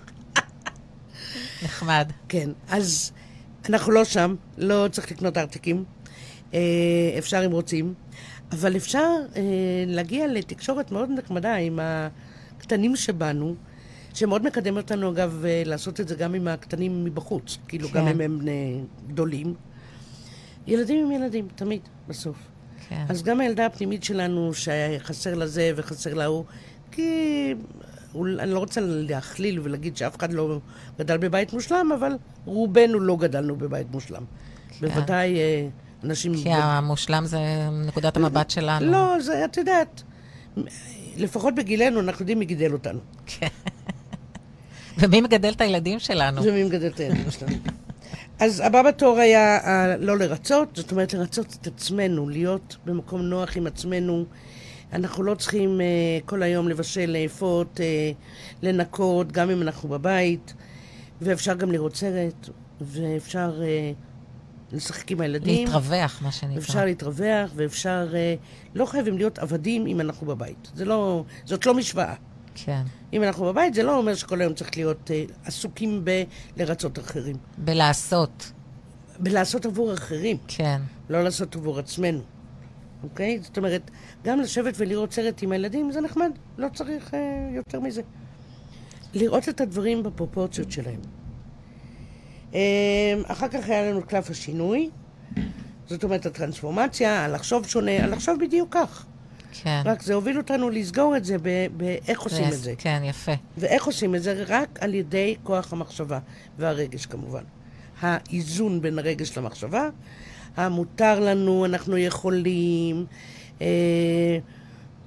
נחמד. כן, אז אנחנו לא שם, לא צריך לקנות ארטיקים. אה, אפשר אם רוצים. אבל אפשר אה, להגיע לתקשורת מאוד נחמדה עם הקטנים שבנו, שמאוד מקדם אותנו, אגב, אה, לעשות את זה גם עם הקטנים מבחוץ. כאילו, כן. גם אם הם אה, גדולים. ילדים עם ילדים, תמיד, בסוף. כן. אז גם הילדה הפנימית שלנו, שחסר לזה וחסר להוא, כי אני לא רוצה להכליל ולהגיד שאף אחד לא גדל בבית מושלם, אבל רובנו לא גדלנו בבית מושלם. כן. בוודאי אה, אנשים... כי המושלם זה נקודת המבט שלנו. לא, זה, את יודעת, לפחות בגילנו, אנחנו יודעים מי גידל אותנו. כן. ומי מגדל את הילדים שלנו? ומי מגדל את הילדים שלנו. אז הבא בתור היה uh, לא לרצות, זאת אומרת לרצות את עצמנו, להיות במקום נוח עם עצמנו. אנחנו לא צריכים uh, כל היום לבשל, לאפות, uh, לנקות, גם אם אנחנו בבית, ואפשר גם לראות סרט, ואפשר uh, לשחק עם הילדים. להתרווח, מה שנקרא. אפשר להתרווח, ואפשר... Uh, לא חייבים להיות עבדים אם אנחנו בבית. זה לא, זאת לא משוואה. כן. אם אנחנו בבית, זה לא אומר שכל היום צריך להיות uh, עסוקים בלרצות אחרים. בלעשות. בלעשות עבור אחרים. כן. לא לעשות עבור עצמנו. אוקיי? זאת אומרת, גם לשבת ולראות סרט עם הילדים זה נחמד. לא צריך uh, יותר מזה. לראות את הדברים בפרופורציות שלהם. Um, אחר כך היה לנו קלף השינוי. זאת אומרת, הטרנספורמציה, הלחשוב שונה, הלחשוב בדיוק כך. כן. רק זה הוביל אותנו לסגור את זה באיך עושים את זה. כן, יפה. ואיך עושים את זה? רק על ידי כוח המחשבה והרגש כמובן. האיזון בין הרגש למחשבה, המותר לנו, אנחנו יכולים, אה,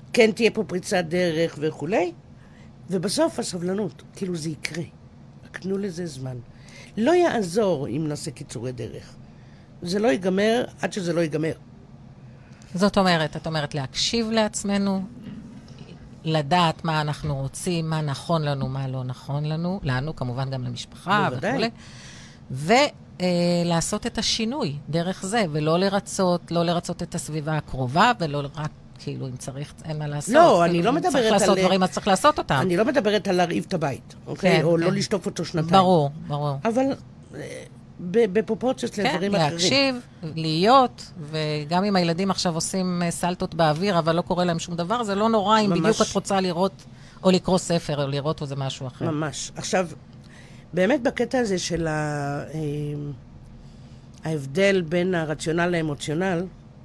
כן תהיה פה פריצת דרך וכולי, ובסוף הסבלנות, כאילו זה יקרה. רק תנו לזה זמן. לא יעזור אם נעשה קיצורי דרך. זה לא ייגמר עד שזה לא ייגמר. זאת אומרת, את אומרת להקשיב לעצמנו, לדעת מה אנחנו רוצים, מה נכון לנו, מה לא נכון לנו, לנו, כמובן גם למשפחה וכו'. ולעשות את השינוי דרך זה, ולא לרצות, לא לרצות את הסביבה הקרובה, ולא רק, כאילו, אם צריך, אין מה לעשות. לא, אני לא מדברת על... צריך לעשות דברים, אז צריך לעשות אותם. אני לא מדברת על להרעיב את הבית, אוקיי? או לא לשטוף אותו שנתיים. ברור, ברור. אבל בפרופורציות לדברים אחרים. להקשיב, להיות, וגם אם הילדים עכשיו עושים סלטות באוויר, אבל לא קורה להם שום דבר, זה לא נורא אם בדיוק את רוצה לראות, או לקרוא ספר, או לראות איזה משהו אחר. ממש. עכשיו, באמת בקטע הזה של ההבדל בין הרציונל לאמוציונל,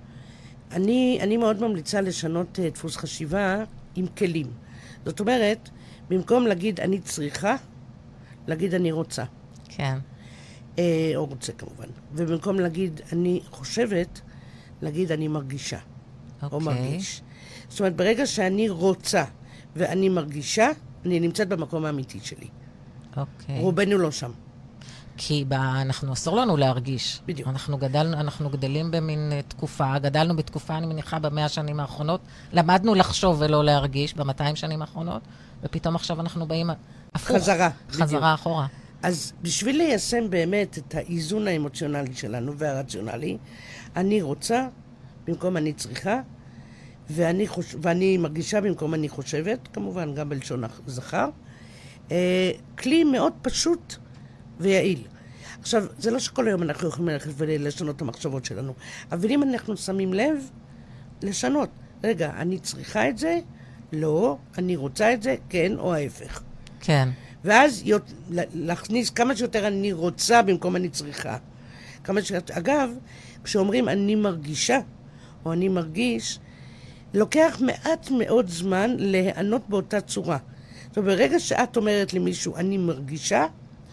אני, אני מאוד ממליצה לשנות דפוס חשיבה עם כלים. זאת אומרת, במקום להגיד אני צריכה, להגיד אני רוצה. כן. אה, או רוצה כמובן. ובמקום להגיד אני חושבת, להגיד אני מרגישה. אוקיי. או מרגיש. זאת אומרת, ברגע שאני רוצה ואני מרגישה, אני נמצאת במקום האמיתי שלי. אוקיי. רובנו לא שם. כי אנחנו אסור לנו להרגיש. בדיוק. אנחנו, גדל, אנחנו גדלים במין תקופה, גדלנו בתקופה, אני מניחה, במאה השנים האחרונות, למדנו לחשוב ולא להרגיש במאתיים שנים האחרונות, ופתאום עכשיו אנחנו באים הפוך. חזרה. חזרה בדיוק. אחורה. אז בשביל ליישם באמת את האיזון האמוציונלי שלנו והרציונלי, אני רוצה במקום אני צריכה, ואני, חוש... ואני מרגישה במקום אני חושבת, כמובן גם בלשון זכר, אה, כלי מאוד פשוט ויעיל. עכשיו, זה לא שכל היום אנחנו יכולים ללכת ולשנות את המחשבות שלנו, אבל אם אנחנו שמים לב, לשנות. רגע, אני צריכה את זה? לא. אני רוצה את זה? כן, או ההפך. כן. ואז להכניס כמה שיותר אני רוצה במקום אני צריכה. כמה שיותר... אגב, כשאומרים אני מרגישה, או אני מרגיש, לוקח מעט מאוד זמן להיענות באותה צורה. זאת אומרת, ברגע שאת אומרת למישהו אני מרגישה,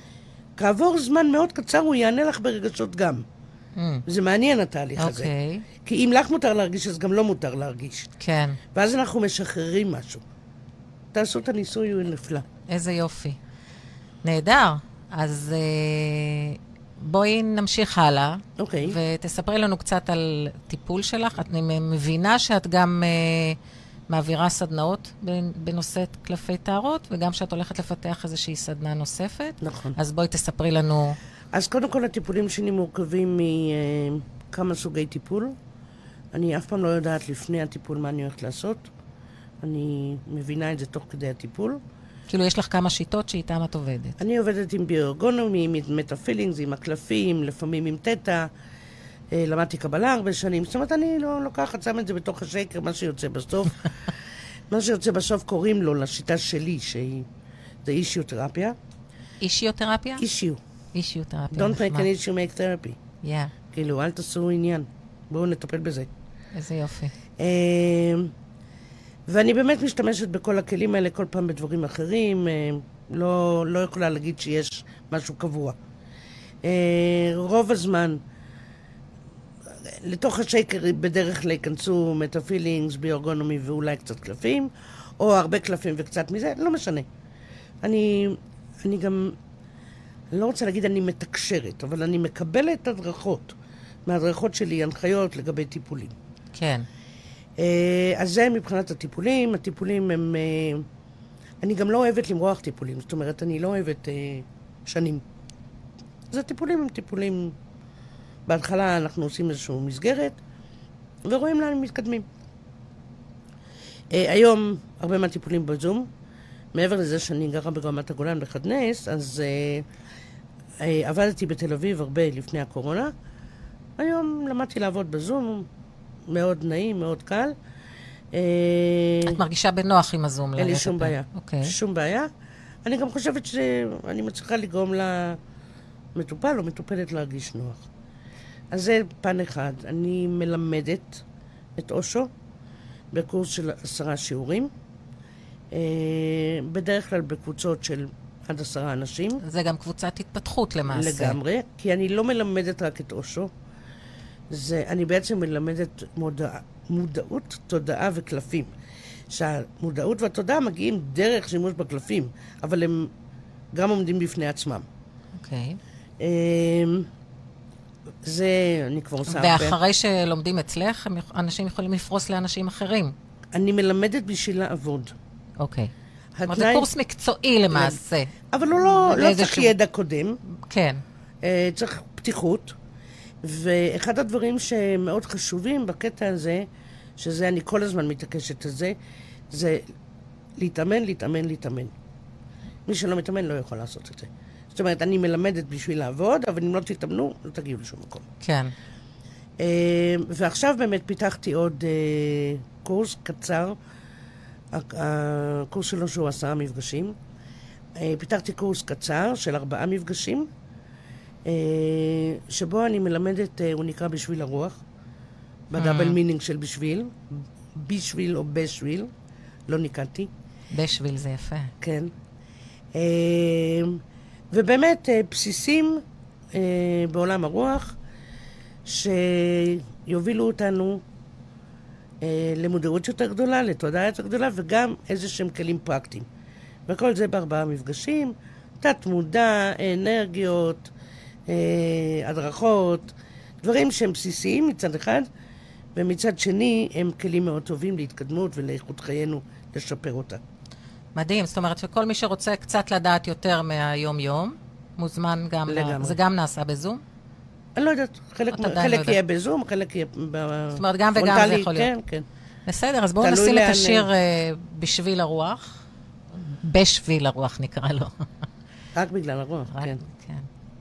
כעבור זמן מאוד קצר הוא יענה לך ברגשות גם. Mm. זה מעניין התהליך okay. הזה. כי אם לך מותר להרגיש, אז גם לא מותר להרגיש. כן. ואז אנחנו משחררים משהו. תעשו את הניסוי, הוא נפלא. איזה יופי. נהדר. אז אה, בואי נמשיך הלאה. אוקיי. Okay. ותספרי לנו קצת על טיפול שלך. אני מבינה שאת גם... אה, מעבירה סדנאות בנושא קלפי טהרות, וגם שאת הולכת לפתח איזושהי סדנה נוספת. נכון. אז בואי תספרי לנו... אז קודם כל, הטיפולים שלי מורכבים מכמה סוגי טיפול. אני אף פעם לא יודעת לפני הטיפול מה אני הולכת לעשות. אני מבינה את זה תוך כדי הטיפול. כאילו, יש לך כמה שיטות שאיתן את עובדת. אני עובדת עם ביוארגונומי, עם מטאפילינגס, עם הקלפים, לפעמים עם תטא. למדתי קבלה הרבה שנים, זאת אומרת, אני לא לוקחת, שם את זה בתוך השקר, מה שיוצא בסוף. מה שיוצא בסוף קוראים לו, לשיטה שלי, שהיא, זה אישיותרפיה. אישיותרפיה? אישיו. אישיותרפיה. Don't make an issue, make therapy. Yeah. כאילו, אל תעשו עניין. בואו נטפל בזה. איזה יופי. ואני באמת משתמשת בכל הכלים האלה, כל פעם בדברים אחרים, לא, לא יכולה להגיד שיש משהו קבוע. רוב הזמן, לתוך השקר בדרך כלל ייכנסו מטאפילינגס, ביוארגונומי ואולי קצת קלפים, או הרבה קלפים וקצת מזה, לא משנה. אני, אני גם, אני לא רוצה להגיד אני מתקשרת, אבל אני מקבלת הדרכות. מהדרכות שלי, הנחיות לגבי טיפולים. כן. אז זה מבחינת הטיפולים. הטיפולים הם... אני גם לא אוהבת למרוח טיפולים, זאת אומרת, אני לא אוהבת שנים. אז הטיפולים הם טיפולים... בהתחלה אנחנו עושים איזושהי מסגרת, ורואים לאן הם מתקדמים. היום הרבה מהטיפולים בזום, מעבר לזה שאני גרה ברמת הגולן בחדנס, אז עבדתי בתל אביב הרבה לפני הקורונה. היום למדתי לעבוד בזום, מאוד נעים, מאוד קל. את מרגישה בנוח עם הזום? אין לי שום בעיה. אוקיי. שום בעיה. אני גם חושבת שאני מצליחה לגרום למטופל או מטופלת להרגיש נוח. אז זה פן אחד. אני מלמדת את אושו בקורס של עשרה שיעורים, בדרך כלל בקבוצות של עד עשרה אנשים. זה גם קבוצת התפתחות למעשה. לגמרי, כי אני לא מלמדת רק את אושו. זה, אני בעצם מלמדת מודע, מודעות, תודעה וקלפים, שהמודעות והתודעה מגיעים דרך שימוש בקלפים, אבל הם גם עומדים בפני עצמם. אוקיי. Okay. זה, אני כבר עושה... ואחרי שלומדים אצלך, אנשים יכולים לפרוס לאנשים אחרים. אני מלמדת בשביל לעבוד. אוקיי. זאת אומרת, זה קורס מקצועי למעשה. אבל הוא לא, לא צריך ידע קודם. כן. צריך פתיחות. ואחד הדברים שמאוד חשובים בקטע הזה, שזה אני כל הזמן מתעקשת על זה, זה להתאמן, להתאמן, להתאמן. מי שלא מתאמן לא יכול לעשות את זה. זאת אומרת, אני מלמדת בשביל לעבוד, אבל אם לא תתאמנו, לא תגיעו לשום מקום. כן. ועכשיו באמת פיתחתי עוד קורס קצר, הקורס שלו שהוא עשרה מפגשים. פיתחתי קורס קצר של ארבעה מפגשים, שבו אני מלמדת, הוא נקרא בשביל הרוח, בדאבל מינינג של בשביל, בשביל או בשביל, לא ניקדתי. בשביל זה יפה. כן. ובאמת בסיסים בעולם הרוח שיובילו אותנו למודעות יותר גדולה, לתודעה יותר גדולה, וגם איזה שהם כלים פרקטיים. וכל זה בארבעה מפגשים, תת מודע, אנרגיות, הדרכות, דברים שהם בסיסיים מצד אחד, ומצד שני הם כלים מאוד טובים להתקדמות ולאיכות חיינו לשפר אותה. מדהים, זאת אומרת שכל מי שרוצה קצת לדעת יותר מהיום-יום, מוזמן גם, לה... זה גם נעשה בזום? אני לא יודעת, חלק, חלק יהיה בזום, חלק יהיה בפרונטלי. זאת אומרת, גם וגם זה יכול להיות. כן, כן. בסדר, אז בואו נשים את השיר uh, בשביל הרוח. בשביל הרוח נקרא לו. רק בגלל הרוח, רק, כן. כן.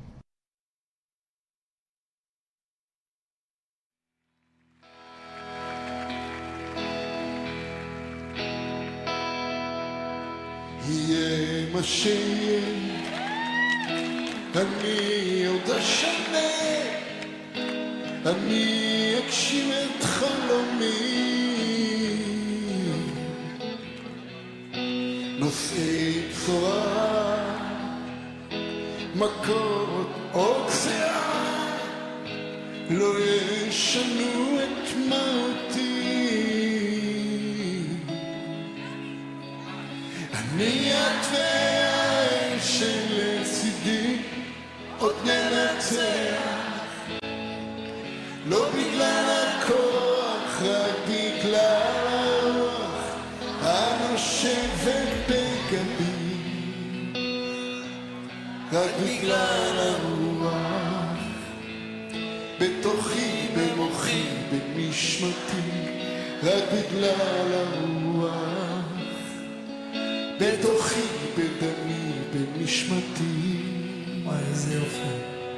יהיה מה שיהיה, אני עוד אשנה, אני אגשים את חלומי, נושאי בשורה, מכות או גזירה, לא ישנו את מהותי. אני את והאש שלצידי עוד ננצח, לא בגלל הכוח, רק בגלל הרוח הנושבת בגבי, רק בגלל הרוח בתוכי, במוחי, בנשמתי, רק בגלל הרוח בתוכי, בדמי, בנשמתי. וואי, איזה יופי.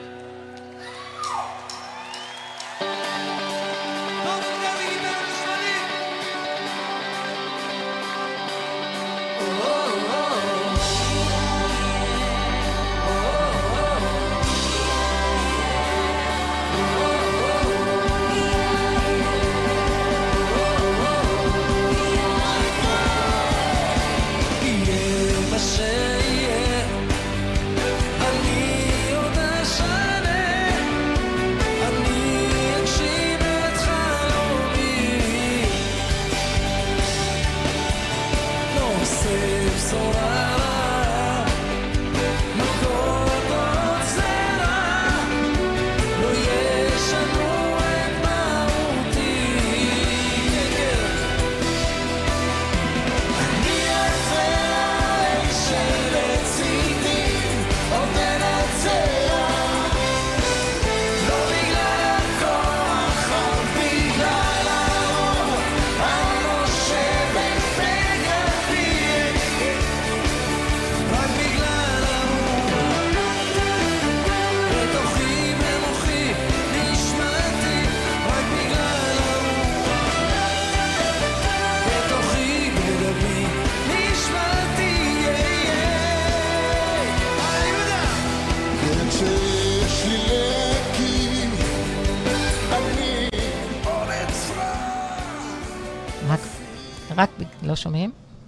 רק, לא שומעים?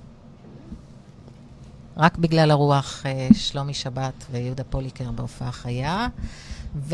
רק בגלל הרוח, שלומי שבת ויהודה פוליקר בהופעה חיה.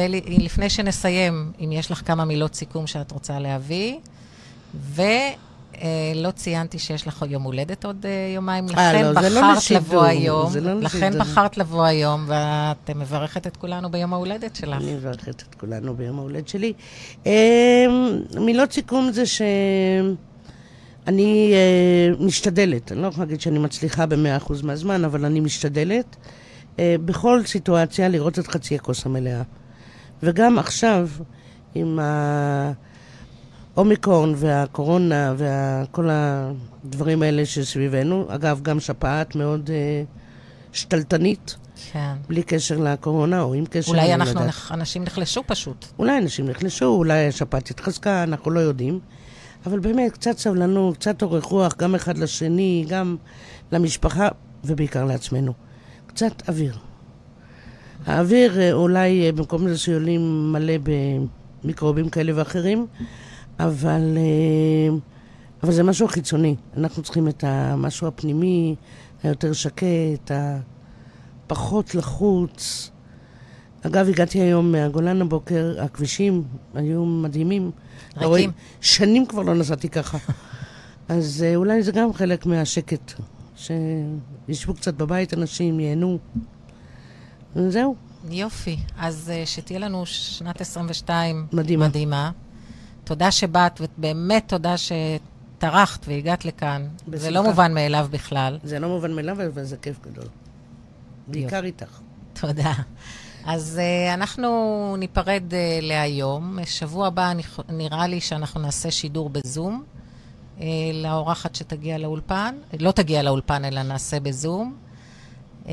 ולפני שנסיים, אם יש לך כמה מילות סיכום שאת רוצה להביא, לא ציינתי שיש לך יום הולדת עוד יומיים, אה, לכן לא, זה לא בחרת לשידור, לבוא היום, זה לא לכן לשידור. בחרת לבוא היום, ואת מברכת את כולנו ביום ההולדת שלך. אני מברכת את כולנו ביום ההולדת שלי. אה, מילות סיכום זה שאני אה, משתדלת, אני לא יכולה להגיד שאני מצליחה במאה אחוז מהזמן, אבל אני משתדלת אה, בכל סיטואציה לראות את חצי הכוס המלאה. וגם עכשיו, עם האומיקרון והקורונה וכל הדברים האלה שסביבנו, אגב, גם שפעת מאוד אה, שתלטנית, כן. בלי קשר לקורונה או עם קשר. אולי אני אנחנו, יודעת. נח, אנשים נחלשו פשוט. אולי אנשים נחלשו, אולי השפעת התחזקה, אנחנו לא יודעים. אבל באמת, קצת סבלנות, קצת אורך רוח, גם אחד לשני, גם למשפחה, ובעיקר לעצמנו. קצת אוויר. האוויר אה, אולי אה, במקום זה שיולים מלא במיקרובים כאלה ואחרים, אבל, אה, אבל זה משהו חיצוני. אנחנו צריכים את המשהו הפנימי, היותר שקט, הפחות לחוץ. אגב, הגעתי היום מהגולן הבוקר, הכבישים היו מדהימים. ריקים. שנים כבר לא נסעתי ככה. אז אה, אולי זה גם חלק מהשקט, שישבו קצת בבית, אנשים ייהנו. זהו. יופי. אז uh, שתהיה לנו שנת עשרים ושתיים מדהימה. מדהימה. תודה שבאת, ובאמת תודה שטרחת והגעת לכאן. בשמחה. זה לא מובן מאליו בכלל. זה לא מובן מאליו, אבל זה כיף גדול. בעיקר איתך. תודה. אז uh, אנחנו ניפרד uh, להיום. שבוע הבא אני, נראה לי שאנחנו נעשה שידור בזום, uh, לאורחת שתגיע לאולפן. לא תגיע לאולפן, אלא נעשה בזום. Uh,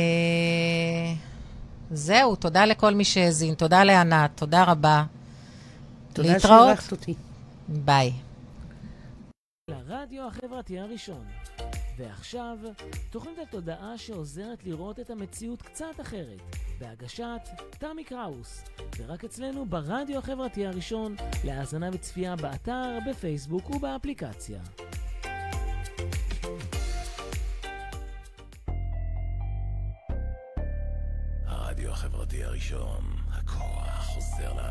זהו, תודה לכל מי שהזין. תודה לענת, תודה רבה. תודה להתראות. שערכת אותי. ביי. לרדיו החברתי הראשון. ועכשיו, תוכנית התודעה שעוזרת לראות את המציאות קצת אחרת, בהגשת תמי קראוס, ורק אצלנו ברדיו החברתי הראשון, להאזנה וצפייה באתר, בפייסבוק ובאפליקציה. הרדיו החברתי הראשון, הכוח חוזר לאנשים.